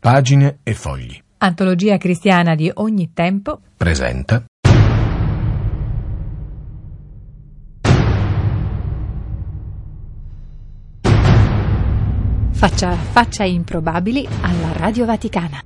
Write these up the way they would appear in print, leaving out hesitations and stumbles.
Pagine e fogli. Antologia cristiana di ogni tempo. Presenta Faccia a faccia improbabili alla Radio Vaticana.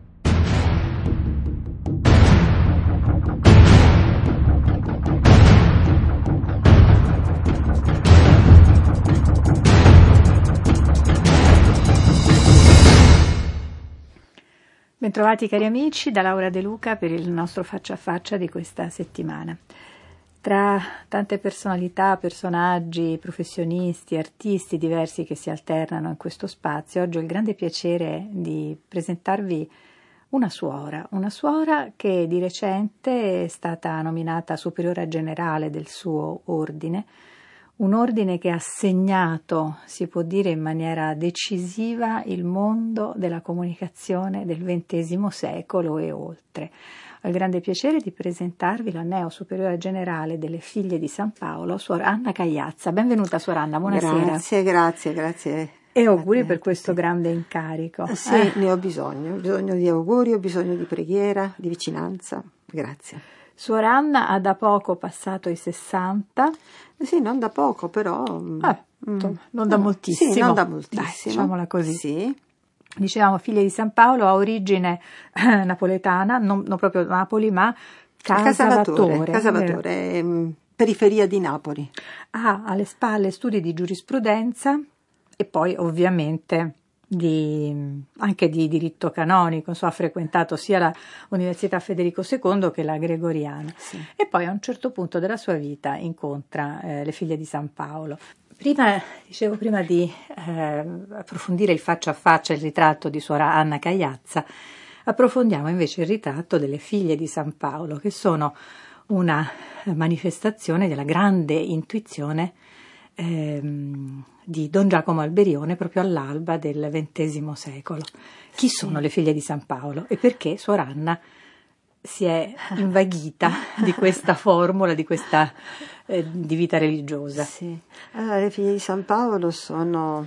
Bentrovati cari amici, da Laura De Luca per il nostro faccia a faccia di questa settimana. Tra tante personalità, personaggi, professionisti, artisti diversi che si alternano in questo spazio, oggi ho il grande piacere di presentarvi una suora che di recente è stata nominata superiora generale del suo ordine, un ordine che ha segnato, si può dire in maniera decisiva, il mondo della comunicazione del XX secolo e oltre. Ho il grande piacere di presentarvi la neo superiore generale delle Figlie di San Paolo, Suor Anna Cagliazza. Benvenuta Suor Anna, buonasera. Grazie. E auguri per questo grande incarico. Sì, ne ho bisogno di auguri, ho bisogno di preghiera, di vicinanza. Grazie. Suor Anna ha da poco passato i 60. Sì, non da poco, però. Non da moltissimo. Sì, non da moltissimo. Dai, diciamola così. Sì. Dicevamo Figlie di San Paolo, ha origine napoletana, non proprio Napoli, ma Casavatore, periferia di Napoli. Ha alle spalle studi di giurisprudenza e poi ovviamente anche di diritto canonico, ha frequentato sia l'Università Federico II che la Gregoriana. Sì. E poi a un certo punto della sua vita incontra le Figlie di San Paolo. Prima di approfondire il faccia a faccia, il ritratto di Suor Anna Cagliazza, approfondiamo invece il ritratto delle Figlie di San Paolo, che sono una manifestazione della grande intuizione di Don Giacomo Alberione proprio all'alba del XX secolo. Chi sono le Figlie di San Paolo e perché Suor Anna si è invaghita di questa formula, di questa di vita religiosa? Sì. Allora, le Figlie di San Paolo sono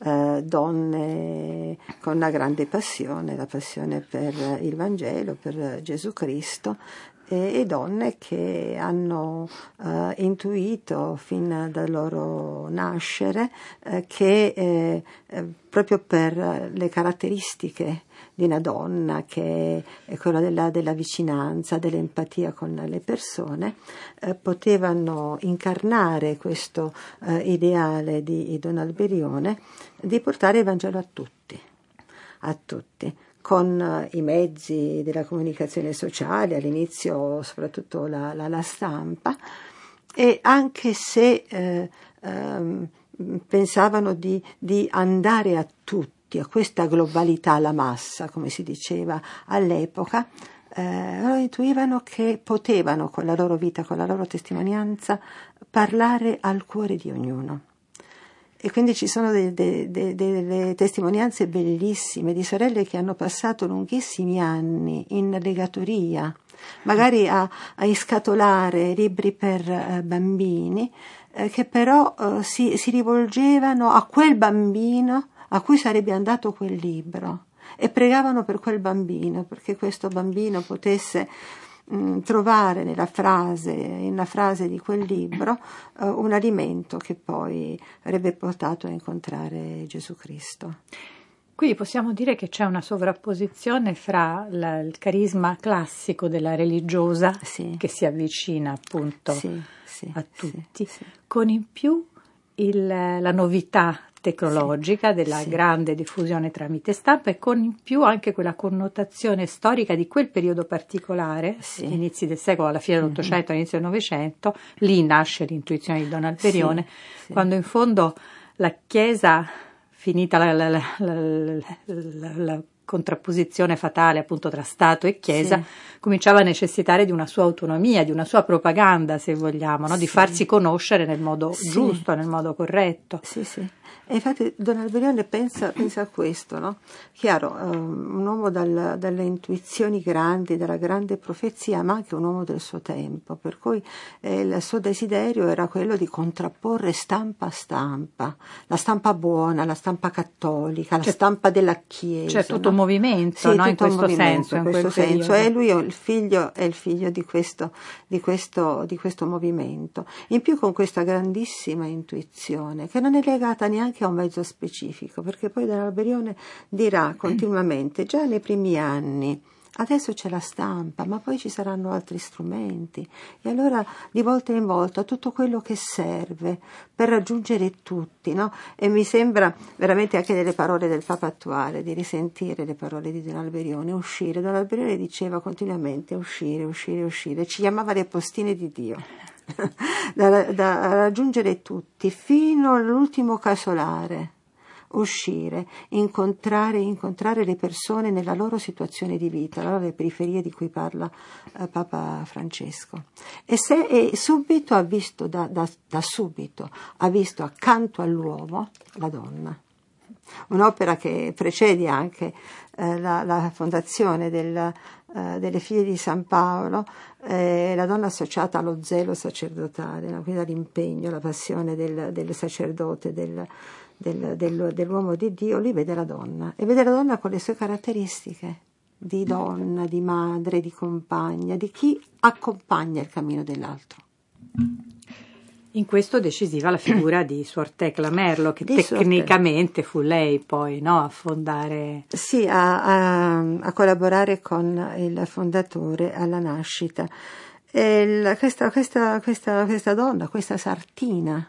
donne con una grande passione, la passione per il Vangelo, per Gesù Cristo, e donne che hanno intuito fin dal loro nascere che proprio per le caratteristiche di una donna, che è quella della vicinanza, dell'empatia con le persone, potevano incarnare questo ideale di Don Alberione di portare il Vangelo a tutti. Con i mezzi della comunicazione sociale, all'inizio soprattutto la stampa, e anche se pensavano di andare a tutti, a questa globalità, alla massa, come si diceva all'epoca, intuivano che potevano con la loro vita, con la loro testimonianza, parlare al cuore di ognuno. E quindi ci sono delle testimonianze bellissime di sorelle che hanno passato lunghissimi anni in legatoria, magari a iscatolare libri per bambini, che però si rivolgevano a quel bambino a cui sarebbe andato quel libro e pregavano per quel bambino, perché questo bambino potesse trovare in una frase di quel libro un alimento che poi avrebbe portato a incontrare Gesù Cristo. Quindi possiamo dire che c'è una sovrapposizione fra il carisma classico della religiosa, sì, che si avvicina appunto a tutti, sì, con in più la novità tecnologica della grande diffusione tramite stampa, e con in più anche quella connotazione storica di quel periodo particolare, gli inizi del secolo, alla fine dell'Ottocento, all'inizio del Novecento. Lì nasce l'intuizione di Don Alberione, quando in fondo la Chiesa, finita la contrapposizione fatale appunto tra Stato e Chiesa, cominciava a necessitare di una sua autonomia, di una sua propaganda, se vogliamo, no? Di farsi conoscere nel modo giusto, nel modo corretto. Sì. E infatti Don Alberione pensa a questo, no? Chiaro, un uomo dalle intuizioni grandi, dalla grande profezia, ma anche un uomo del suo tempo, per cui il suo desiderio era quello di contrapporre stampa a stampa, la stampa buona, la stampa cattolica, la stampa della Chiesa. C'è tutto un movimento, sì, no? In tutto un questo movimento, senso, in in questo quel senso. periodo. E lui è il figlio di questo movimento. In più con questa grandissima intuizione, che non è legata neanche a un mezzo specifico, perché poi Dall'Alberione dirà continuamente, già nei primi anni, adesso c'è la stampa, ma poi ci saranno altri strumenti, e allora di volta in volta tutto quello che serve per raggiungere tutti, no? E mi sembra veramente anche nelle parole del Papa attuale di risentire le parole di Don Alberione, uscire. Don Alberione diceva continuamente uscire, uscire, uscire, ci chiamava le postine di Dio. da raggiungere tutti fino all'ultimo casolare. Uscire, incontrare le persone nella loro situazione di vita, allora le periferie di cui parla Papa Francesco. E subito ha visto, da subito, ha visto accanto all'uomo la donna. Un'opera che precede anche la fondazione delle Figlie di San Paolo, la donna associata allo zelo sacerdotale, no? Quindi all'impegno, la passione del sacerdote, dell'uomo di Dio. Lì vede la donna, e vede la donna con le sue caratteristiche di donna, di madre, di compagna, di chi accompagna il cammino dell'altro. In questo decisiva la figura di Suor Tecla Merlo, che tecnicamente fu lei poi, no, a fondare. Sì, a collaborare con il fondatore alla nascita. Questa donna, questa sartina,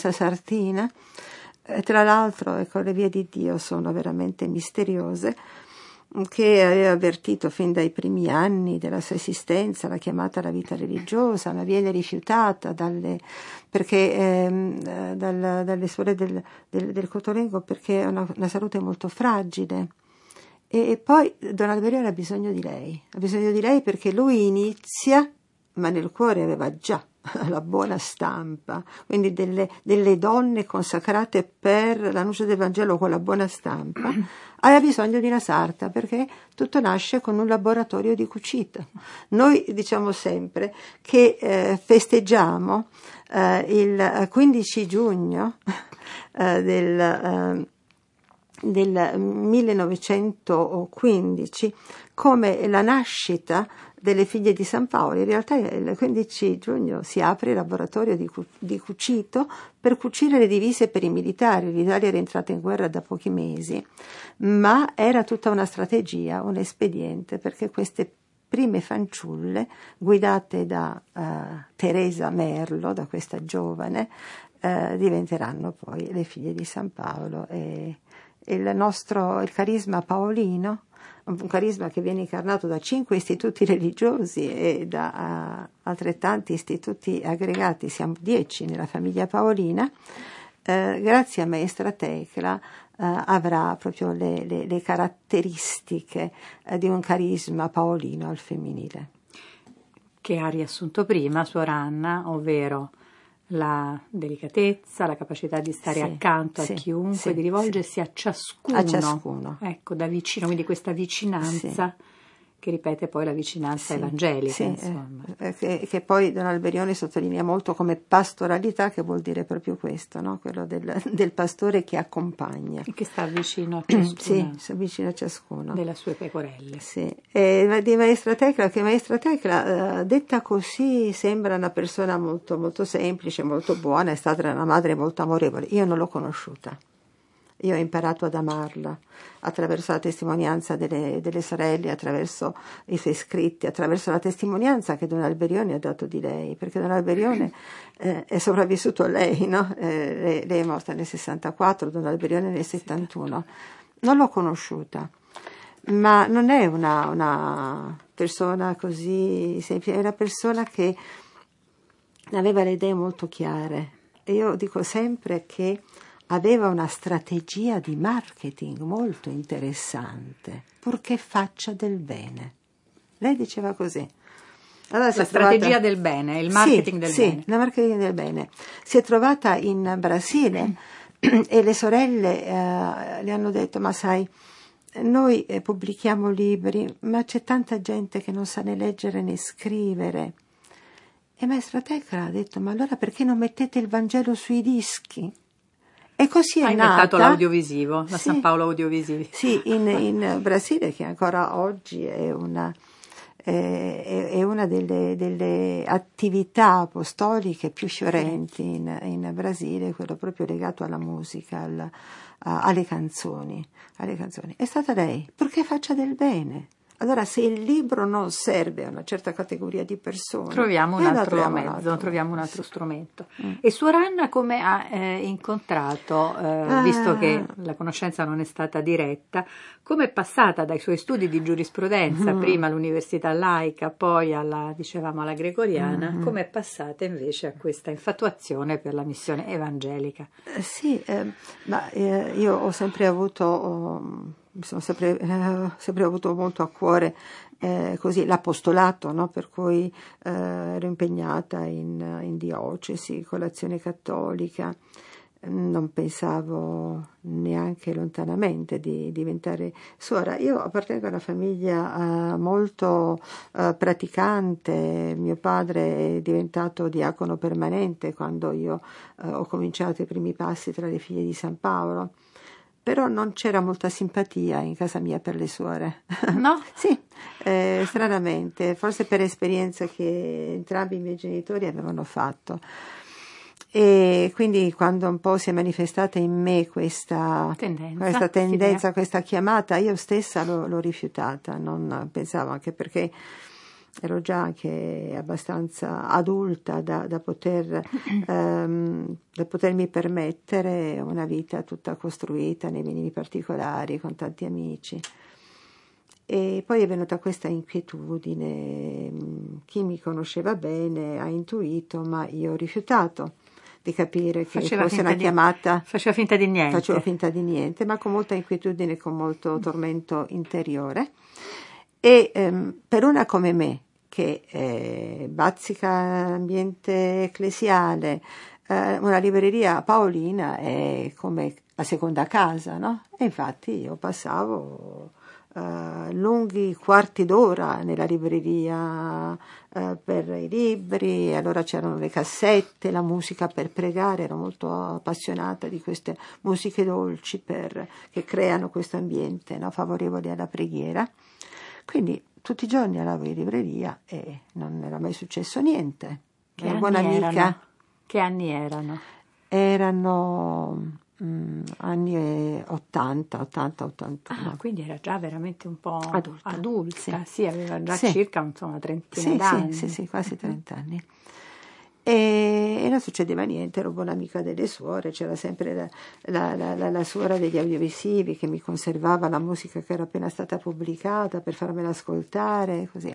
tra l'altro, ecco, le vie di Dio sono veramente misteriose, che aveva avvertito fin dai primi anni della sua esistenza la chiamata alla vita religiosa, ma viene rifiutata dalle suore del Cottolengo, perché ha una salute molto fragile. E poi Don Alberione ha bisogno di lei perché lui inizia, ma nel cuore aveva già la buona stampa, quindi delle donne consacrate per l'annuncio del Vangelo con la buona stampa. Aveva bisogno di una sarta, perché tutto nasce con un laboratorio di cucita. Noi diciamo sempre che festeggiamo il 15 giugno del 1915 come la nascita delle Figlie di San Paolo. In realtà il 15 giugno si apre il laboratorio di cucito per cucire le divise per i militari. L'Italia era entrata in guerra da pochi mesi, ma era tutta una strategia, un espediente, perché queste prime fanciulle, guidate da Teresa Merlo, da questa giovane, diventeranno poi le Figlie di San Paolo. E il carisma paolino, un carisma che viene incarnato da 5 istituti religiosi e da altrettanti istituti aggregati, siamo 10 nella famiglia paolina, grazie a Maestra Tecla avrà proprio le caratteristiche di un carisma paolino al femminile. Che ha riassunto prima Suor Anna, ovvero la delicatezza, la capacità di stare accanto a chiunque, di rivolgersi a ciascuno, ecco, da vicino, quindi questa vicinanza che ripete poi la vicinanza evangelica, insomma. Che poi Don Alberione sottolinea molto come pastoralità, che vuol dire proprio questo, no? Quello del pastore che accompagna. E che sta vicino a ciascuno. Sta vicino a ciascuno. Delle sue pecorelle. E di Maestra Tecla, che Maestra Tecla, detta così, sembra una persona molto, molto semplice, molto buona, è stata una madre molto amorevole. Io non l'ho conosciuta. Io ho imparato ad amarla attraverso la testimonianza delle sorelle, attraverso i suoi scritti, attraverso la testimonianza che Don Alberione ha dato di lei, perché Don Alberione è sopravvissuto a lei, no? Lei è morta nel 64, Don Alberione nel 71. Non l'ho conosciuta, ma non è una persona così semplice, è una persona che aveva le idee molto chiare. E io dico sempre che aveva una strategia di marketing molto interessante, purché faccia del bene. Lei diceva così. Allora, la strategia del bene, il marketing del bene. Sì, il marketing del bene. Si è trovata in Brasile e le sorelle le hanno detto: ma sai, noi pubblichiamo libri, ma c'è tanta gente che non sa né leggere né scrivere. E Maestra Tecla ha detto: ma allora perché non mettete il Vangelo sui dischi? E così ha è inventato nata l'audiovisivo, la sì, San Paolo Audiovisivi. Sì, in Brasile, che ancora oggi è una delle attività apostoliche più fiorenti in Brasile, quello proprio legato alla musica, alle canzoni. È stata lei, purché faccia del bene. Allora, se il libro non serve a una certa categoria di persone, troviamo un altro troviamo mezzo, troviamo un altro strumento. Mm. E Suor Anna come ha incontrato, visto che la conoscenza non è stata diretta, come è passata dai suoi studi di giurisprudenza, prima all'università laica, poi alla Gregoriana, come è passata invece a questa infatuazione per la missione evangelica? Sì, ma io ho sempre avuto... mi sono sempre avuto molto a cuore così l'apostolato, no? Per cui ero impegnata in diocesi con l'Azione Cattolica. Non pensavo neanche lontanamente di diventare suora. Io appartengo a una famiglia molto praticante. Mio padre è diventato diacono permanente quando io ho cominciato i primi passi tra le figlie di San Paolo. Però non c'era molta simpatia in casa mia per le suore. No? Sì, stranamente, forse per esperienza che entrambi i miei genitori avevano fatto. E quindi quando un po' si è manifestata in me questa tendenza, questa chiamata, io stessa l'ho rifiutata, non pensavo, anche perché ero già anche abbastanza adulta da potermi permettere una vita tutta costruita nei minimi particolari, con tanti amici. E poi è venuta questa inquietudine, chi mi conosceva bene ha intuito, ma io ho rifiutato di capire che fosse una chiamata. Faceva finta di niente. Facevo finta di niente, ma con molta inquietudine, con molto tormento interiore. E per una come me, che bazzica l'ambiente ecclesiale, una libreria paolina è come la seconda casa, no? E infatti io passavo lunghi quarti d'ora nella libreria per i libri, allora c'erano le cassette, la musica per pregare, ero molto appassionata di queste musiche dolci che creano questo ambiente, no, favorevole alla preghiera. Quindi tutti i giorni andavo in libreria e non era mai successo niente. Che anni erano? Erano anni 80, 81. Ah, quindi era già veramente un po' adulta. Sì. Sì, aveva già circa una trentina d'anni. Sì, quasi 30 anni. E non succedeva niente, ero buona amica delle suore, c'era sempre la suora degli audiovisivi che mi conservava la musica che era appena stata pubblicata per farmela ascoltare, così.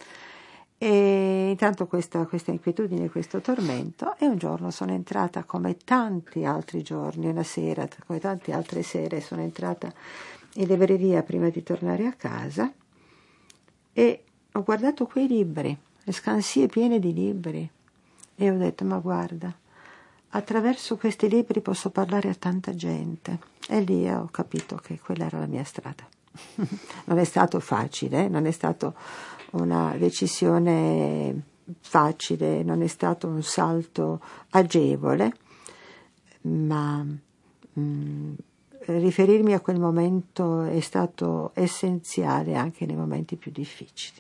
E intanto questa inquietudine, questo tormento, e un giorno sono entrata, come tanti altri giorni, una sera, come tante altre sere, sono entrata in libreria prima di tornare a casa e ho guardato quei libri, le scansie piene di libri, e ho detto: ma guarda, attraverso questi libri posso parlare a tanta gente. E lì ho capito che quella era la mia strada. Non è stato facile, non è stato una decisione facile, non è stato un salto agevole, ma riferirmi a quel momento è stato essenziale anche nei momenti più difficili.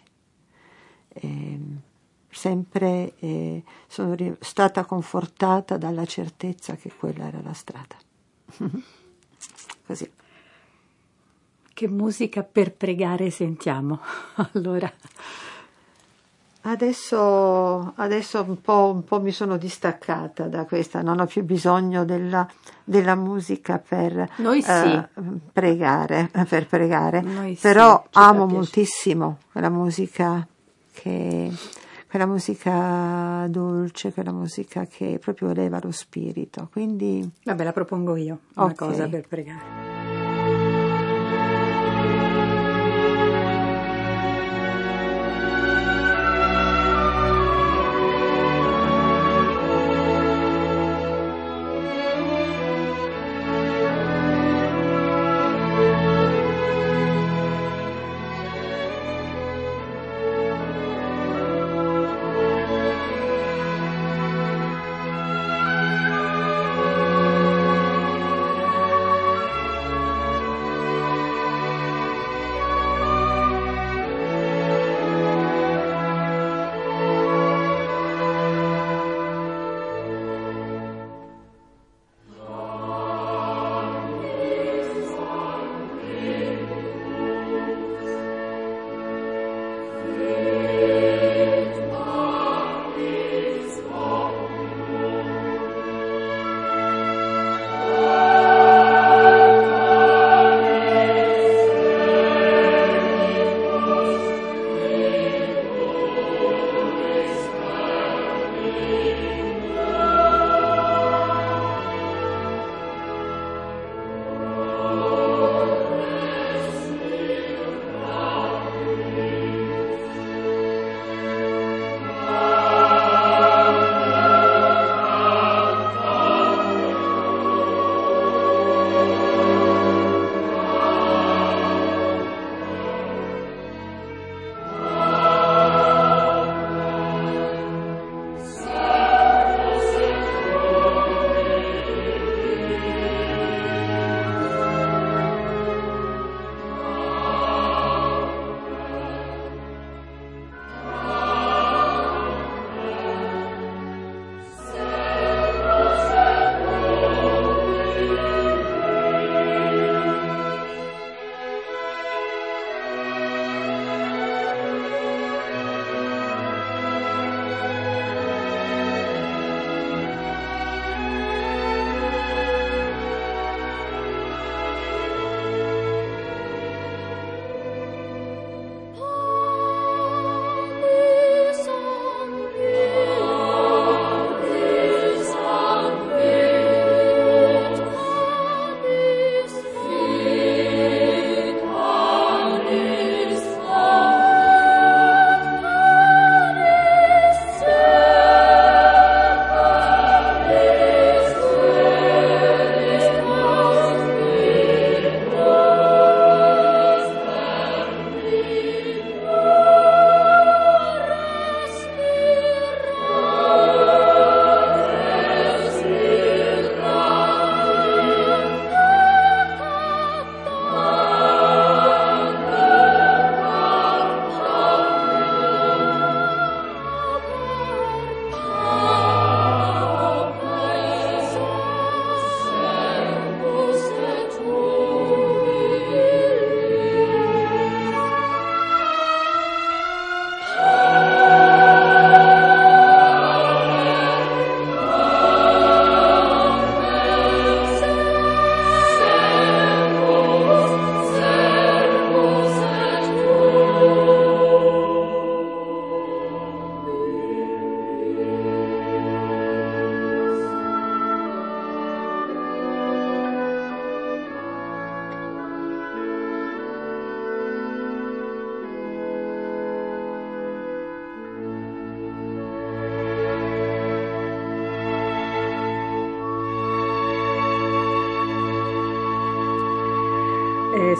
Sempre sono stata confortata dalla certezza che quella era la strada. Così. Che musica per pregare sentiamo allora? Adesso un po' mi sono distaccata da questa, non ho più bisogno della musica per pregare, però amo moltissimo quella musica dolce, quella musica che proprio eleva lo spirito. Quindi vabbè, la propongo io, una cosa per pregare.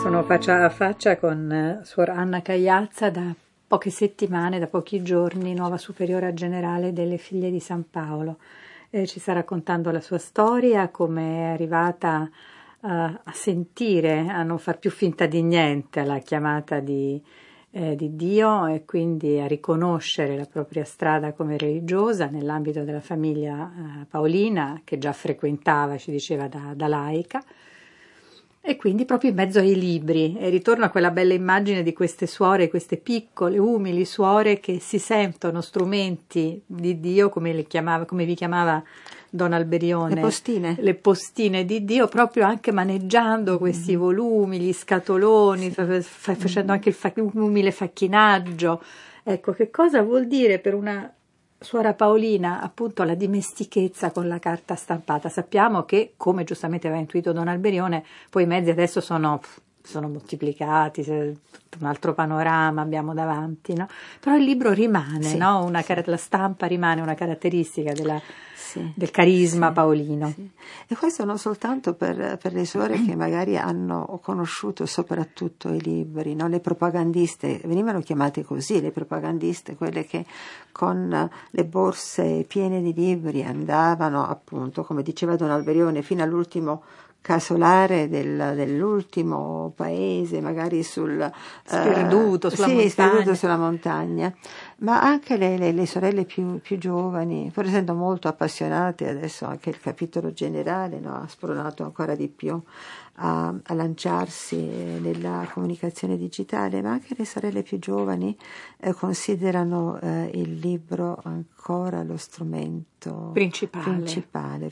Sono faccia a faccia con Suor Anna Cagliazza, da poche settimane, da pochi giorni, nuova superiora generale delle Figlie di San Paolo. Ci sta raccontando la sua storia, come è arrivata a sentire, a non far più finta di niente alla chiamata di Dio, e quindi a riconoscere la propria strada come religiosa nell'ambito della famiglia paolina, che già frequentava, ci diceva, da laica. E quindi proprio in mezzo ai libri, e ritorno a quella bella immagine di queste suore, queste piccole, umili suore che si sentono strumenti di Dio, come vi chiamava Don Alberione, le postine di Dio, proprio anche maneggiando questi volumi, gli scatoloni, facendo anche un umile facchinaggio. Ecco, che cosa vuol dire per una suora paolina appunto la dimestichezza con la carta stampata? Sappiamo che, come giustamente aveva intuito Don Alberione, poi i mezzi adesso sono moltiplicati, un altro panorama abbiamo davanti, no? Però il libro rimane, sì, no? La stampa rimane una caratteristica del carisma paolino. Sì. E questo non soltanto per le suore che magari hanno conosciuto soprattutto i libri, no? Le propagandiste, venivano chiamate così, le propagandiste, quelle che con le borse piene di libri andavano, appunto, come diceva Don Alberione, fino all'ultimo casolare dell'ultimo paese, magari sperduto sulla montagna. Ma anche le sorelle più giovani, pur essendo molto appassionate, adesso anche il capitolo generale, no, ha spronato ancora di più a lanciarsi nella comunicazione digitale, ma anche le sorelle più giovani considerano il libro ancora lo strumento principale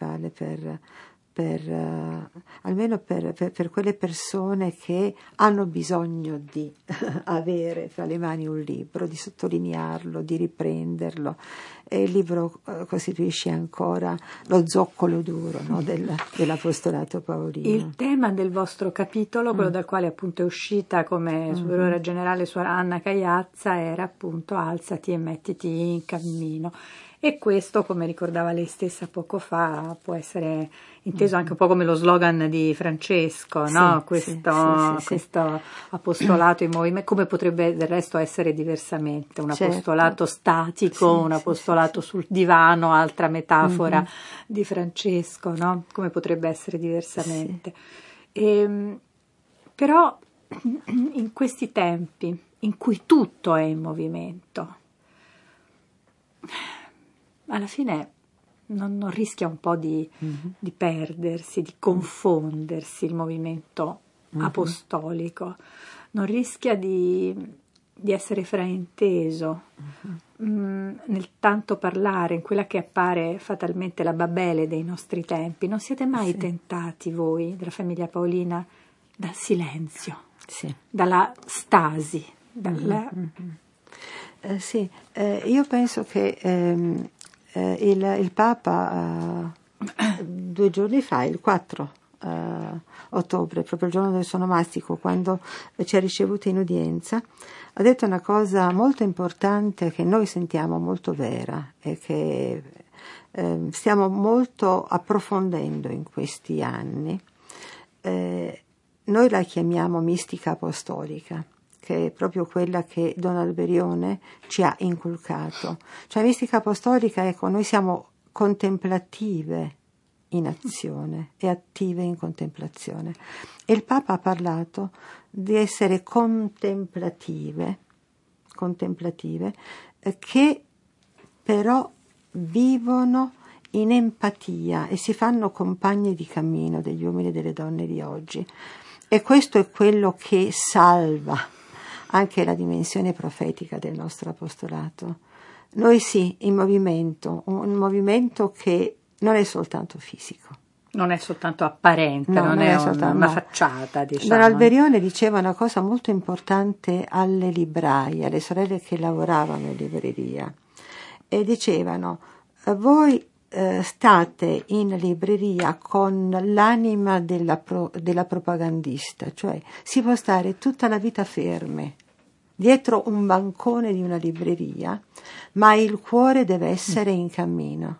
almeno per quelle persone che hanno bisogno di avere fra le mani un libro, di sottolinearlo, di riprenderlo. E il libro costituisce ancora lo zoccolo duro, no, dell'apostolato paolino. Il tema del vostro capitolo, quello dal quale appunto è uscita come superiora generale Suor Anna Cagliazza, era appunto alzati e mettiti in cammino. E questo, come ricordava lei stessa poco fa, può essere inteso anche un po' come lo slogan di Francesco, no? Questo apostolato in movimento, come potrebbe del resto essere diversamente, un apostolato statico, un apostolato sul divano, altra metafora di Francesco, no? Come potrebbe essere diversamente. Però in questi tempi in cui tutto è in movimento, alla fine non rischia un po' di perdersi, di confondersi il movimento apostolico, non rischia di essere frainteso nel tanto parlare, in quella che appare fatalmente la Babele dei nostri tempi. Non siete mai tentati voi della famiglia paolina dal silenzio, dalla stasi, io penso che il Papa 2 giorni fa, il 4 ottobre, proprio il giorno del suo nomastico, quando ci ha ricevuto in udienza, ha detto una cosa molto importante che noi sentiamo molto vera e che stiamo molto approfondendo in questi anni. Noi la chiamiamo mistica apostolica, che è proprio quella che Don Alberione ci ha inculcato. Cioè, mistica apostolica, ecco, noi siamo contemplative in azione e attive in contemplazione. E il Papa ha parlato di essere contemplative che però vivono in empatia e si fanno compagne di cammino degli uomini e delle donne di oggi. E questo è quello che salva anche la dimensione profetica del nostro apostolato. Noi in movimento, un movimento che non è soltanto fisico. Non è soltanto apparente, non è una facciata, diciamo. Don Alberione diceva una cosa molto importante alle libraie, alle sorelle che lavoravano in libreria, e dicevano: voi state in libreria con l'anima della propagandista, cioè si può stare tutta la vita ferme dietro un bancone di una libreria, ma il cuore deve essere in cammino,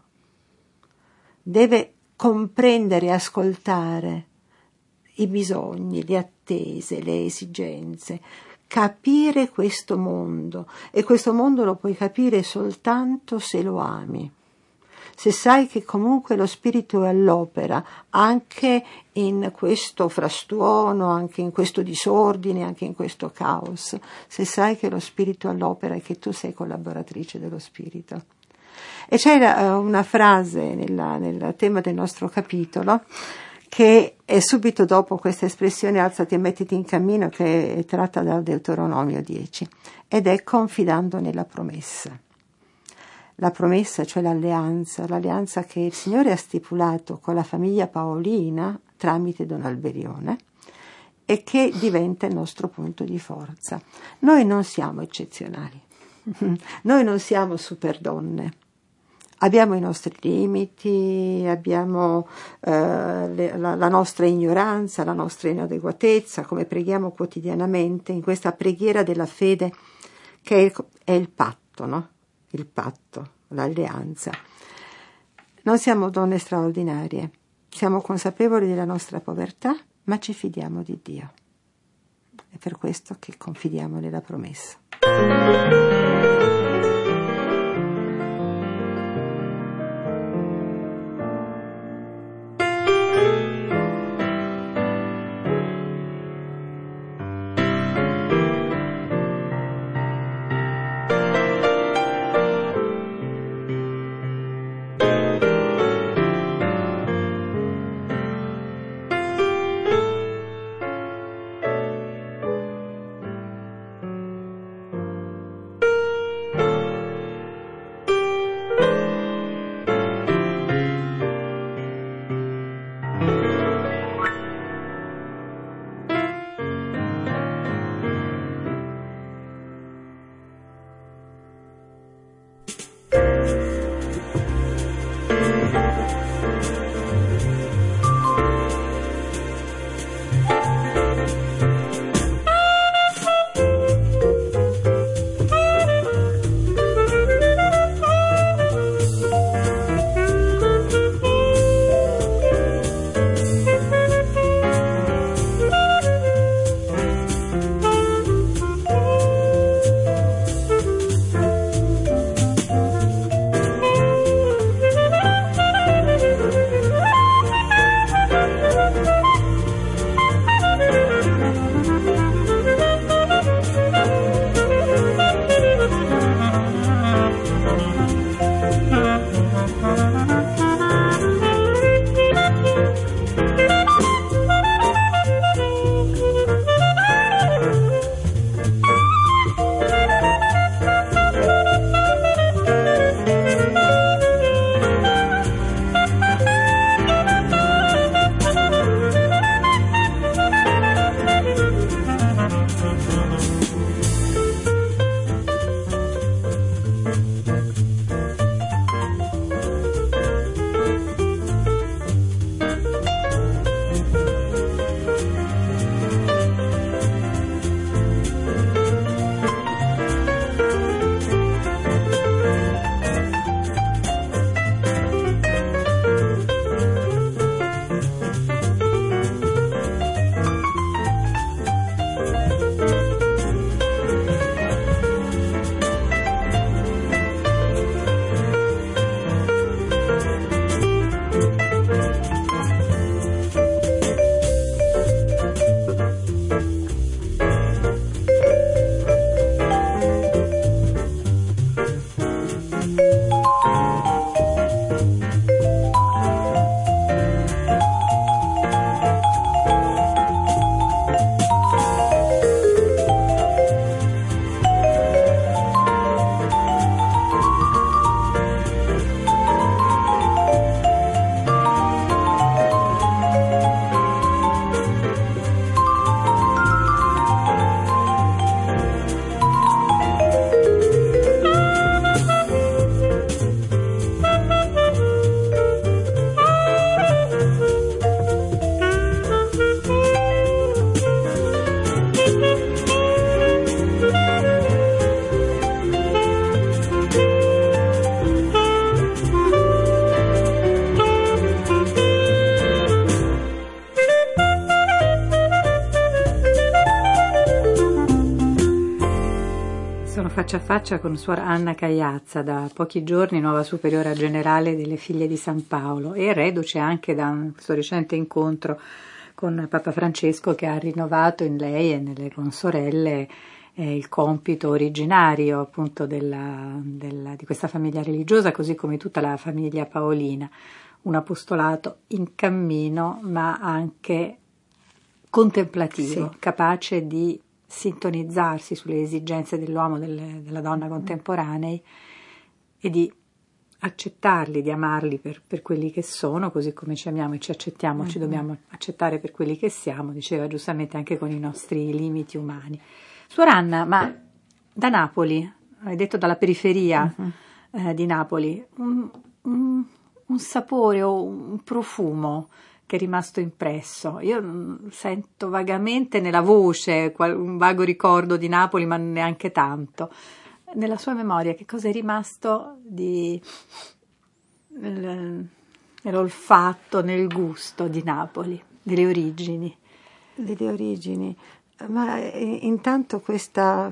deve comprendere e ascoltare i bisogni, attese, le esigenze. Capire questo mondo, e questo mondo lo puoi capire soltanto se lo ami. Se sai che comunque lo spirito è all'opera, anche in questo frastuono, anche in questo disordine, anche in questo caos, se sai che lo spirito è all'opera e che tu sei collaboratrice dello spirito. E c'è una frase nel tema del nostro capitolo che è subito dopo questa espressione alzati e mettiti in cammino, che è tratta dal Deuteronomio 10, ed è confidando nella promessa. La promessa, cioè l'alleanza che il Signore ha stipulato con la famiglia Paolina tramite Don Alberione e che diventa il nostro punto di forza. Noi non siamo eccezionali, noi non siamo super donne. Abbiamo i nostri limiti, abbiamo la nostra ignoranza, la nostra inadeguatezza, come preghiamo quotidianamente in questa preghiera della fede che è il patto, no? Il patto, l'alleanza. Non siamo donne straordinarie, siamo consapevoli della nostra povertà, ma ci fidiamo di Dio. È per questo che confidiamo nella promessa. Sono faccia a faccia con suor Anna Cagliazza, da pochi giorni nuova superiora generale delle Figlie di San Paolo e reduce anche da questo recente incontro con Papa Francesco, che ha rinnovato in lei e nelle consorelle il compito originario appunto di questa famiglia religiosa, così come tutta la famiglia paolina, un apostolato in cammino ma anche contemplativo, sì, capace di sintonizzarsi sulle esigenze dell'uomo, della donna contemporanei e di accettarli, di amarli per quelli che sono, così come ci amiamo e ci accettiamo, ci dobbiamo accettare per quelli che siamo, diceva giustamente, anche con i nostri limiti umani. Suor Anna, ma da Napoli, hai detto dalla periferia di Napoli, un sapore o un profumo che è rimasto impresso. Io sento vagamente nella voce un vago ricordo di Napoli, ma neanche tanto. Nella sua memoria che cosa è rimasto nell'olfatto, nel gusto di Napoli, delle origini? Delle origini. Ma intanto questa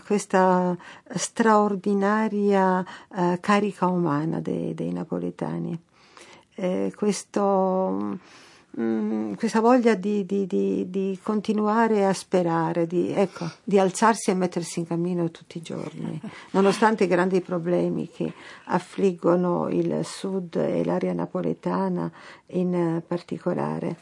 straordinaria carica umana dei napoletani, questa voglia di continuare a sperare, di alzarsi e mettersi in cammino tutti i giorni, nonostante i grandi problemi che affliggono il sud e l'area napoletana in particolare.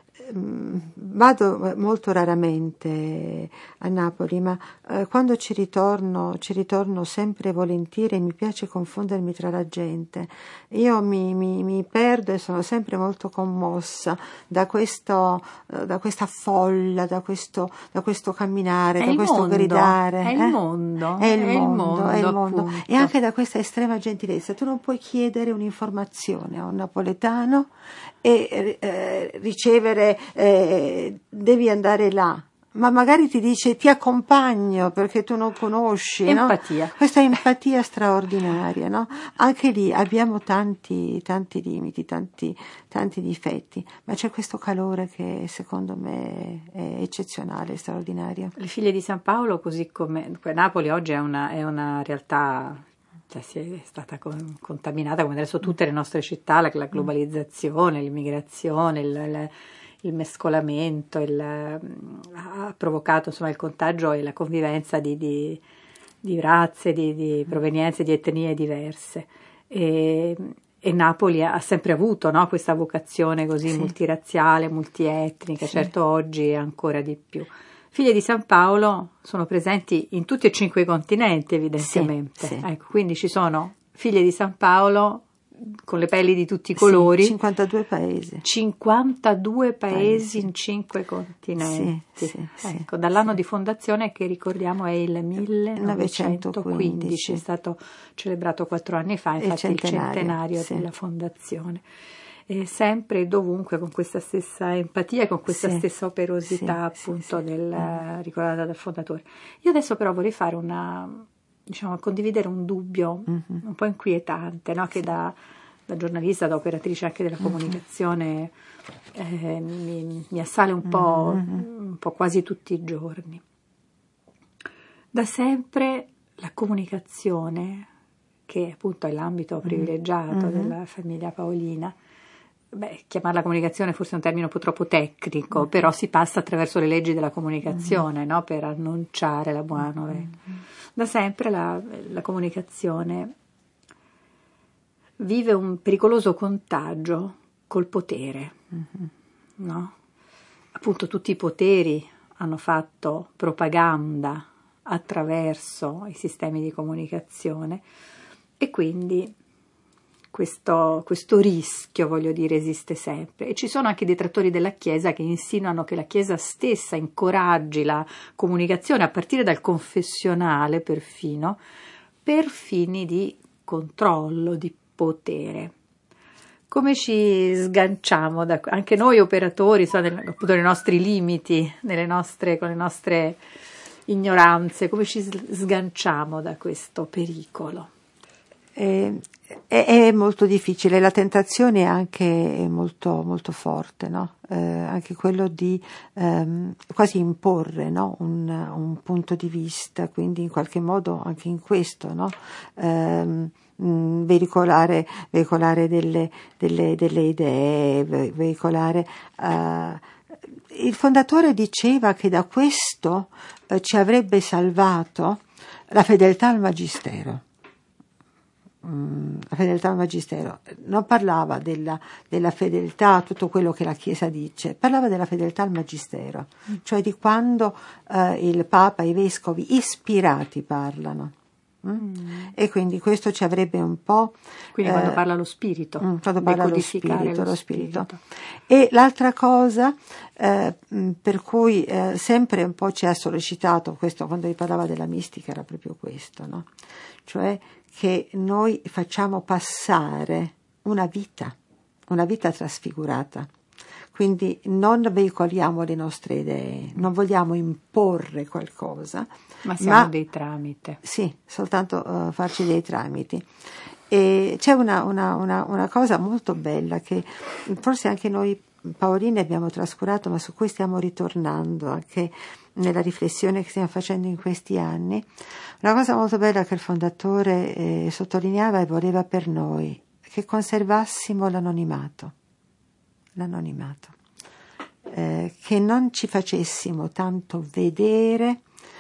Vado molto raramente a Napoli, ma quando ci ritorno sempre volentieri. Mi piace confondermi tra la gente. Io mi perdo e sono sempre molto commossa da questa folla, da questo camminare, da questo gridare. È il mondo, è il mondo. Appunto. E anche da questa estrema gentilezza. Tu non puoi chiedere un'informazione a un napoletano e ricevere devi andare là, ma magari ti dice ti accompagno perché tu non conosci, empatia, no? Questa empatia straordinaria, no? Anche lì abbiamo tanti limiti, tanti difetti, ma c'è questo calore che secondo me è eccezionale, straordinario. Le Figlie di San Paolo, così come Napoli oggi è una realtà, cioè è stata contaminata come adesso tutte le nostre città, la globalizzazione, l'immigrazione, il mescolamento ha provocato insomma il contagio e la convivenza di razze, di provenienze, di etnie diverse, e Napoli ha sempre avuto, no, questa vocazione così multirazziale, multietnica, certo oggi ancora di più. Figlie di San Paolo sono presenti in tutti e 5 i continenti, evidentemente. Sì. Ecco, quindi ci sono Figlie di San Paolo con le pelli di tutti i colori. 52 paesi. 52 paesi in 5 continenti. Sì. Ecco, dall'anno di fondazione, che ricordiamo è il 1915, è stato celebrato 4 anni fa, infatti il centenario della fondazione. E sempre e dovunque con questa stessa empatia e con questa stessa operosità appunto ricordata dal fondatore. Io adesso però vorrei fare condividere un dubbio un po' inquietante, no? Che da giornalista, da operatrice anche della comunicazione mi assale un po' quasi tutti i giorni. Da sempre la comunicazione, che appunto è l'ambito privilegiato della famiglia paolina, chiamarla comunicazione forse è un termine un po' troppo tecnico, però si passa attraverso le leggi della comunicazione, no? Per annunciare la buona novella. Da sempre la comunicazione vive un pericoloso contagio col potere, no? Appunto tutti i poteri hanno fatto propaganda attraverso i sistemi di comunicazione e quindi questo rischio, voglio dire, esiste sempre. E ci sono anche detrattori della Chiesa che insinuano che la Chiesa stessa incoraggi la comunicazione a partire dal confessionale perfino per fini di controllo, di potere. Come ci sganciamo anche noi operatori, appunto nei nostri limiti, con le nostre ignoranze, come ci sganciamo da questo pericolo? È molto difficile, la tentazione è molto, molto forte, no? Anche quello di quasi imporre, no? Un punto di vista, quindi in qualche modo anche in questo, no? Veicolare delle idee, veicolare. Il fondatore diceva che da questo ci avrebbe salvato la fedeltà al magistero. La fedeltà al magistero non parlava della fedeltà a tutto quello che la Chiesa dice, parlava della fedeltà al magistero, cioè di quando il Papa e i vescovi ispirati parlano. E quindi questo ci avrebbe un po'. Quindi quando parla lo spirito, quando parla lo spirito. spirito. E l'altra cosa per cui sempre un po' ci ha sollecitato questo, quando vi parlava della mistica, era proprio questo, no? Cioè che noi facciamo passare una vita trasfigurata. Quindi non veicoliamo le nostre idee, non vogliamo imporre qualcosa. Ma siamo dei tramite. Sì, soltanto farci dei tramiti. E c'è una cosa molto bella che forse anche noi paolini abbiamo trascurato, ma su cui stiamo ritornando anche nella riflessione che stiamo facendo in questi anni. Una cosa molto bella che il fondatore sottolineava e voleva per noi, che conservassimo l'anonimato, che non ci facessimo tanto vedere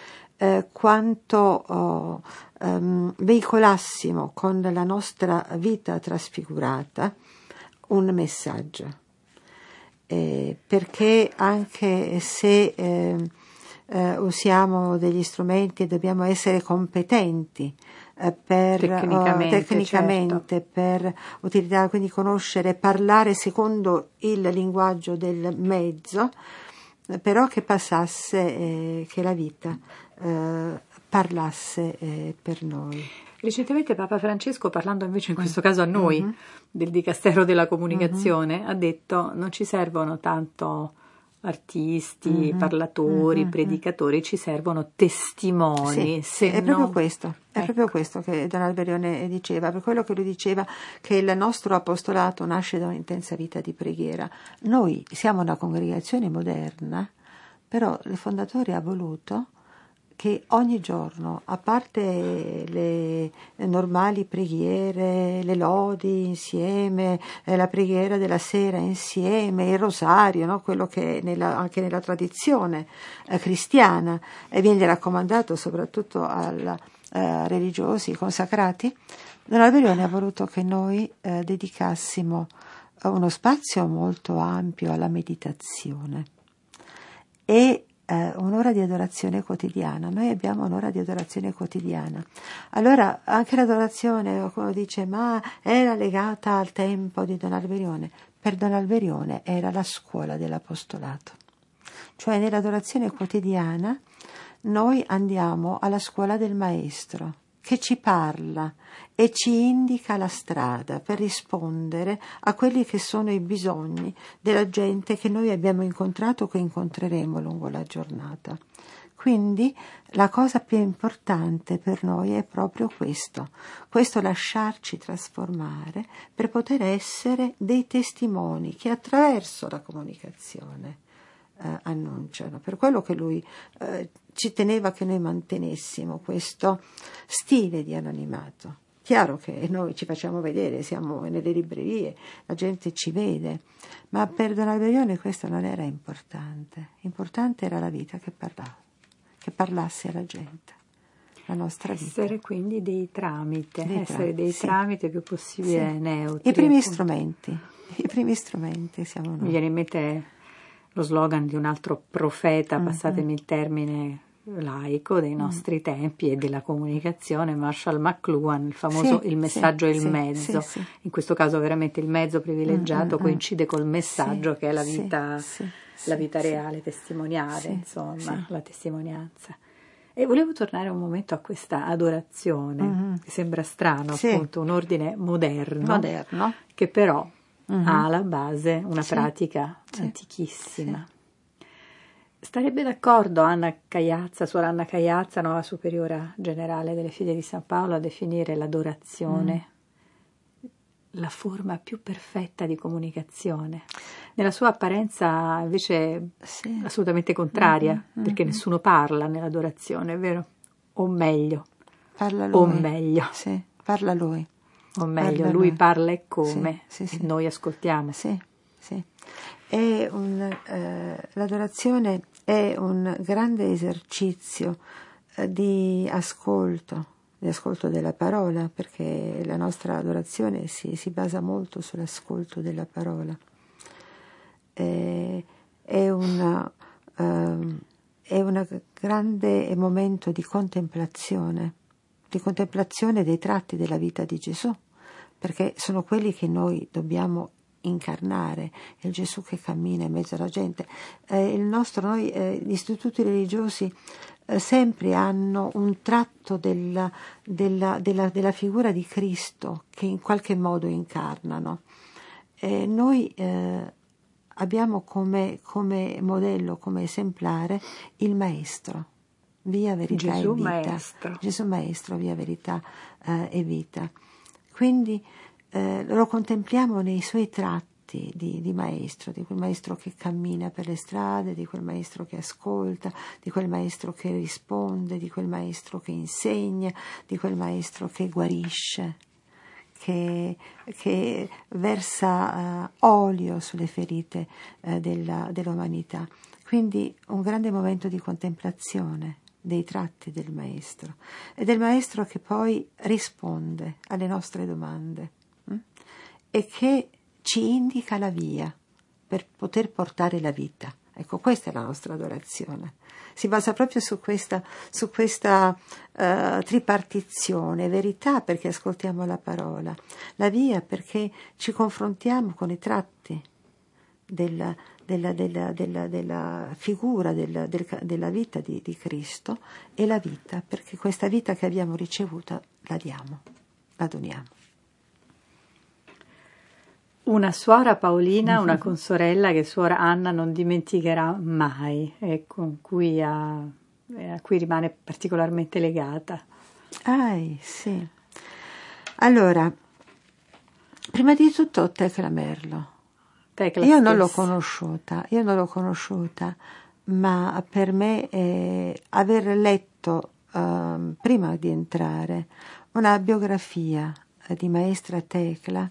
quanto veicolassimo con la nostra vita trasfigurata un messaggio, perché anche se usiamo degli strumenti e dobbiamo essere competenti tecnicamente, certo, per utilizzare, quindi conoscere, parlare secondo il linguaggio del mezzo, però che passasse, che la vita parlasse per noi. Recentemente Papa Francesco, parlando invece in questo caso a noi, del Dicastero della Comunicazione, ha detto: non ci servono tanto artisti, parlatori, predicatori, ci servono testimoni. Sì, è proprio questo, proprio questo che Don Alberione diceva, per quello che lui diceva che il nostro apostolato nasce da un'intensa vita di preghiera. Noi siamo una congregazione moderna, però il fondatore ha voluto che ogni giorno, a parte le normali preghiere, le lodi insieme, la preghiera della sera insieme, il rosario, no? Quello che anche nella tradizione cristiana viene raccomandato soprattutto a religiosi consacrati, Don Alberione ha voluto che noi dedicassimo uno spazio molto ampio alla meditazione e un'ora di adorazione quotidiana. Noi abbiamo un'ora di adorazione quotidiana. Allora anche l'adorazione, qualcuno dice, ma era legata al tempo di Don Alberione. Per Don Alberione era la scuola dell'apostolato. Cioè nell'adorazione quotidiana noi andiamo alla scuola del Maestro, che ci parla e ci indica la strada per rispondere a quelli che sono i bisogni della gente che noi abbiamo incontrato o che incontreremo lungo la giornata. Quindi la cosa più importante per noi è proprio questo lasciarci trasformare per poter essere dei testimoni che attraverso la comunicazione annunciano. Per quello che lui ci teneva che noi mantenessimo questo stile di anonimato. Chiaro che noi ci facciamo vedere, siamo nelle librerie, la gente ci vede, ma per Don Alberione questo non era importante. Importante era la vita che parlava, che parlasse alla gente, la nostra vita. Essere quindi dei tramite, sì. tramite più possibile neutri. I primi strumenti siamo noi. Mi viene in mente lo slogan di un altro profeta, passatemi il termine laico, dei nostri tempi e della comunicazione, Marshall McLuhan, il famoso il messaggio e il mezzo. Sì. In questo caso veramente il mezzo privilegiato coincide col messaggio, che è la vita, la vita reale, testimoniale, insomma, la testimonianza. E volevo tornare un momento a questa adorazione, che sembra strano, appunto, un ordine moderno. Che però ha alla base una pratica antichissima. Starebbe d'accordo suora Anna Caiazza, nuova superiora generale delle Figlie di San Paolo, a definire l'adorazione la forma più perfetta di comunicazione? Nella sua apparenza invece assolutamente contraria, perché nessuno parla nell'adorazione, è vero? O meglio. Parla lui. O meglio. Sì, parla lui. O meglio, Parla lui lui. parla e come, Sì, e sì. noi ascoltiamo. Sì, sì. L'adorazione è un grande esercizio di ascolto della parola, perché la nostra adorazione si basa molto sull'ascolto della parola. È un grande momento di contemplazione dei tratti della vita di Gesù, perché sono quelli che noi dobbiamo incarnare, il Gesù che cammina in mezzo alla gente. Gli istituti religiosi sempre hanno un tratto della figura di Cristo che in qualche modo incarnano. Noi abbiamo come modello, come esemplare, il Maestro, via, verità Gesù e vita. Maestro. Gesù Maestro, via, verità e vita. Quindi lo contempliamo nei suoi tratti di maestro, di quel maestro che cammina per le strade, di quel maestro che ascolta, di quel maestro che risponde, di quel maestro che insegna, di quel maestro che guarisce, che versa olio sulle ferite dell'umanità. Quindi un grande momento di contemplazione dei tratti del maestro, e del maestro che poi risponde alle nostre domande e che ci indica la via per poter portare la vita. Ecco, questa è la nostra adorazione. Si basa proprio su questa tripartizione: verità, perché ascoltiamo la parola; la via, perché ci confrontiamo con i tratti della figura della vita di Cristo; e la vita, perché questa vita che abbiamo ricevuta la doniamo. Una suora Paolina, una consorella che suora Anna non dimenticherà mai e a cui rimane particolarmente legata. Sì. Allora, prima di tutto Tecla Merlo. Io non l'ho conosciuta, ma per me aver letto prima di entrare una biografia di maestra Tecla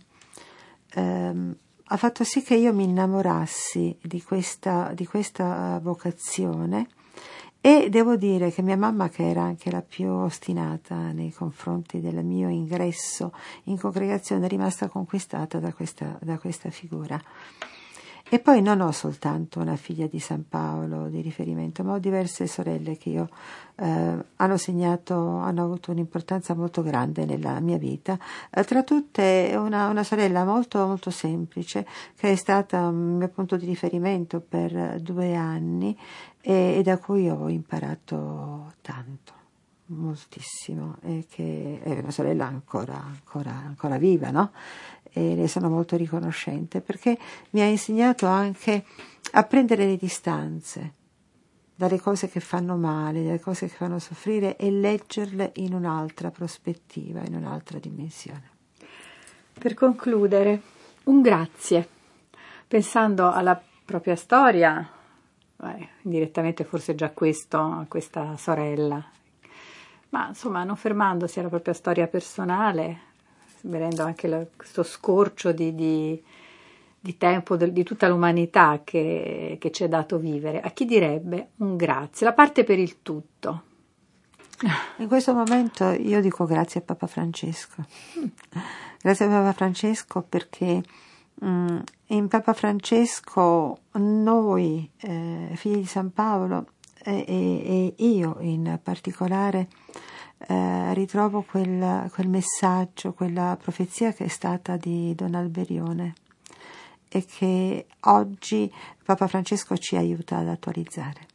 ha fatto sì che io mi innamorassi di questa vocazione, e devo dire che mia mamma, che era anche la più ostinata nei confronti del mio ingresso in congregazione, è rimasta conquistata da questa figura. E poi non ho soltanto una figlia di San Paolo di riferimento, ma ho diverse sorelle che hanno avuto un'importanza molto grande nella mia vita. Tra tutte una sorella molto molto semplice, che è stata un mio punto di riferimento per 2 anni e da cui ho imparato tanto, moltissimo, e che è una sorella ancora viva, no? E le sono molto riconoscente, perché mi ha insegnato anche a prendere le distanze dalle cose che fanno male, dalle cose che fanno soffrire, e leggerle in un'altra prospettiva, in un'altra dimensione. Per concludere, un grazie, pensando alla propria storia, indirettamente forse già a questa sorella, ma insomma non fermandosi alla propria storia personale, vedendo anche questo scorcio di tempo di tutta l'umanità che ci è dato vivere. A chi direbbe un grazie? La parte per il tutto. In questo momento io dico grazie a Papa Francesco. Grazie a Papa Francesco, perché in Papa Francesco noi, figli di San Paolo, e io in particolare, ritrovo quel messaggio, quella profezia che è stata di Don Alberione, e che oggi Papa Francesco ci aiuta ad attualizzare.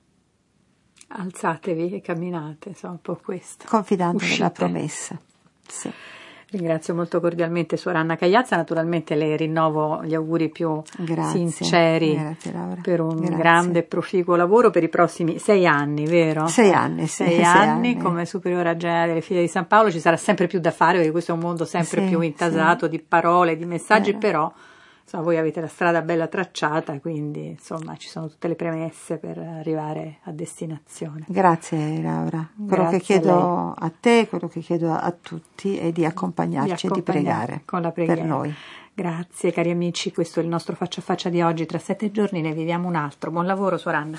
Alzatevi e camminate, insomma, un po' questo. Confidando nella promessa. Sì. Ringrazio molto cordialmente Suor Anna Cagliazza, naturalmente le rinnovo gli auguri più sinceri per un grande e proficuo lavoro per i prossimi 6 anni, vero? 6 anni, sì. 6 anni come superiora generale delle Figlie di San Paolo. Ci sarà sempre più da fare, perché questo è un mondo sempre più intasato di parole, di messaggi, però insomma, voi avete la strada bella tracciata, quindi insomma ci sono tutte le premesse per arrivare a destinazione. Grazie Laura. Quello che chiedo a te, quello che chiedo a tutti è di accompagnarci e di pregare con la preghiera per noi. Grazie cari amici, questo è il nostro Faccia a Faccia di oggi. Tra 7 giorni ne viviamo un altro. Buon lavoro Suor Anna.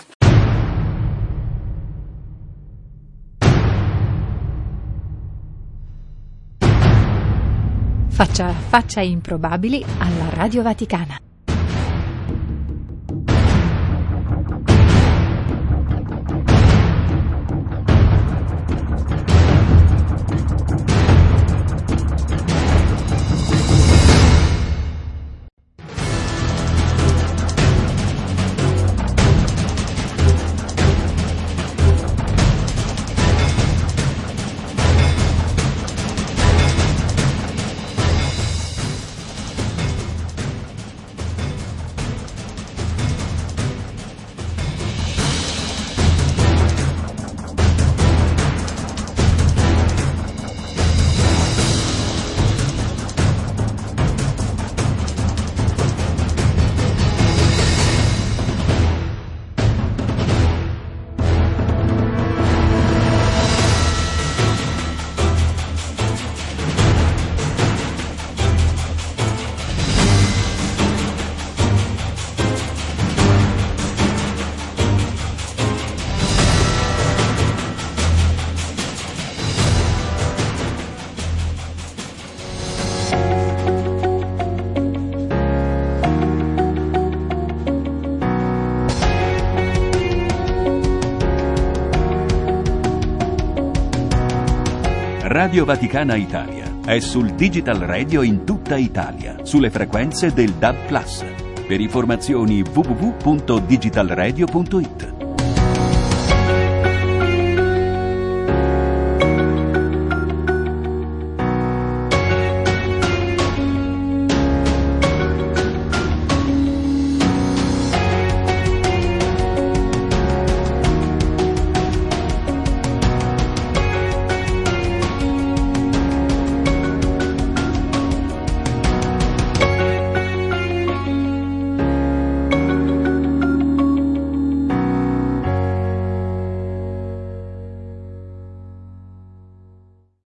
Faccia a Faccia improbabili alla Radio Vaticana. Radio Vaticana Italia è sul Digital Radio in tutta Italia, sulle frequenze del DAB+. Per informazioni www.digitalradio.it.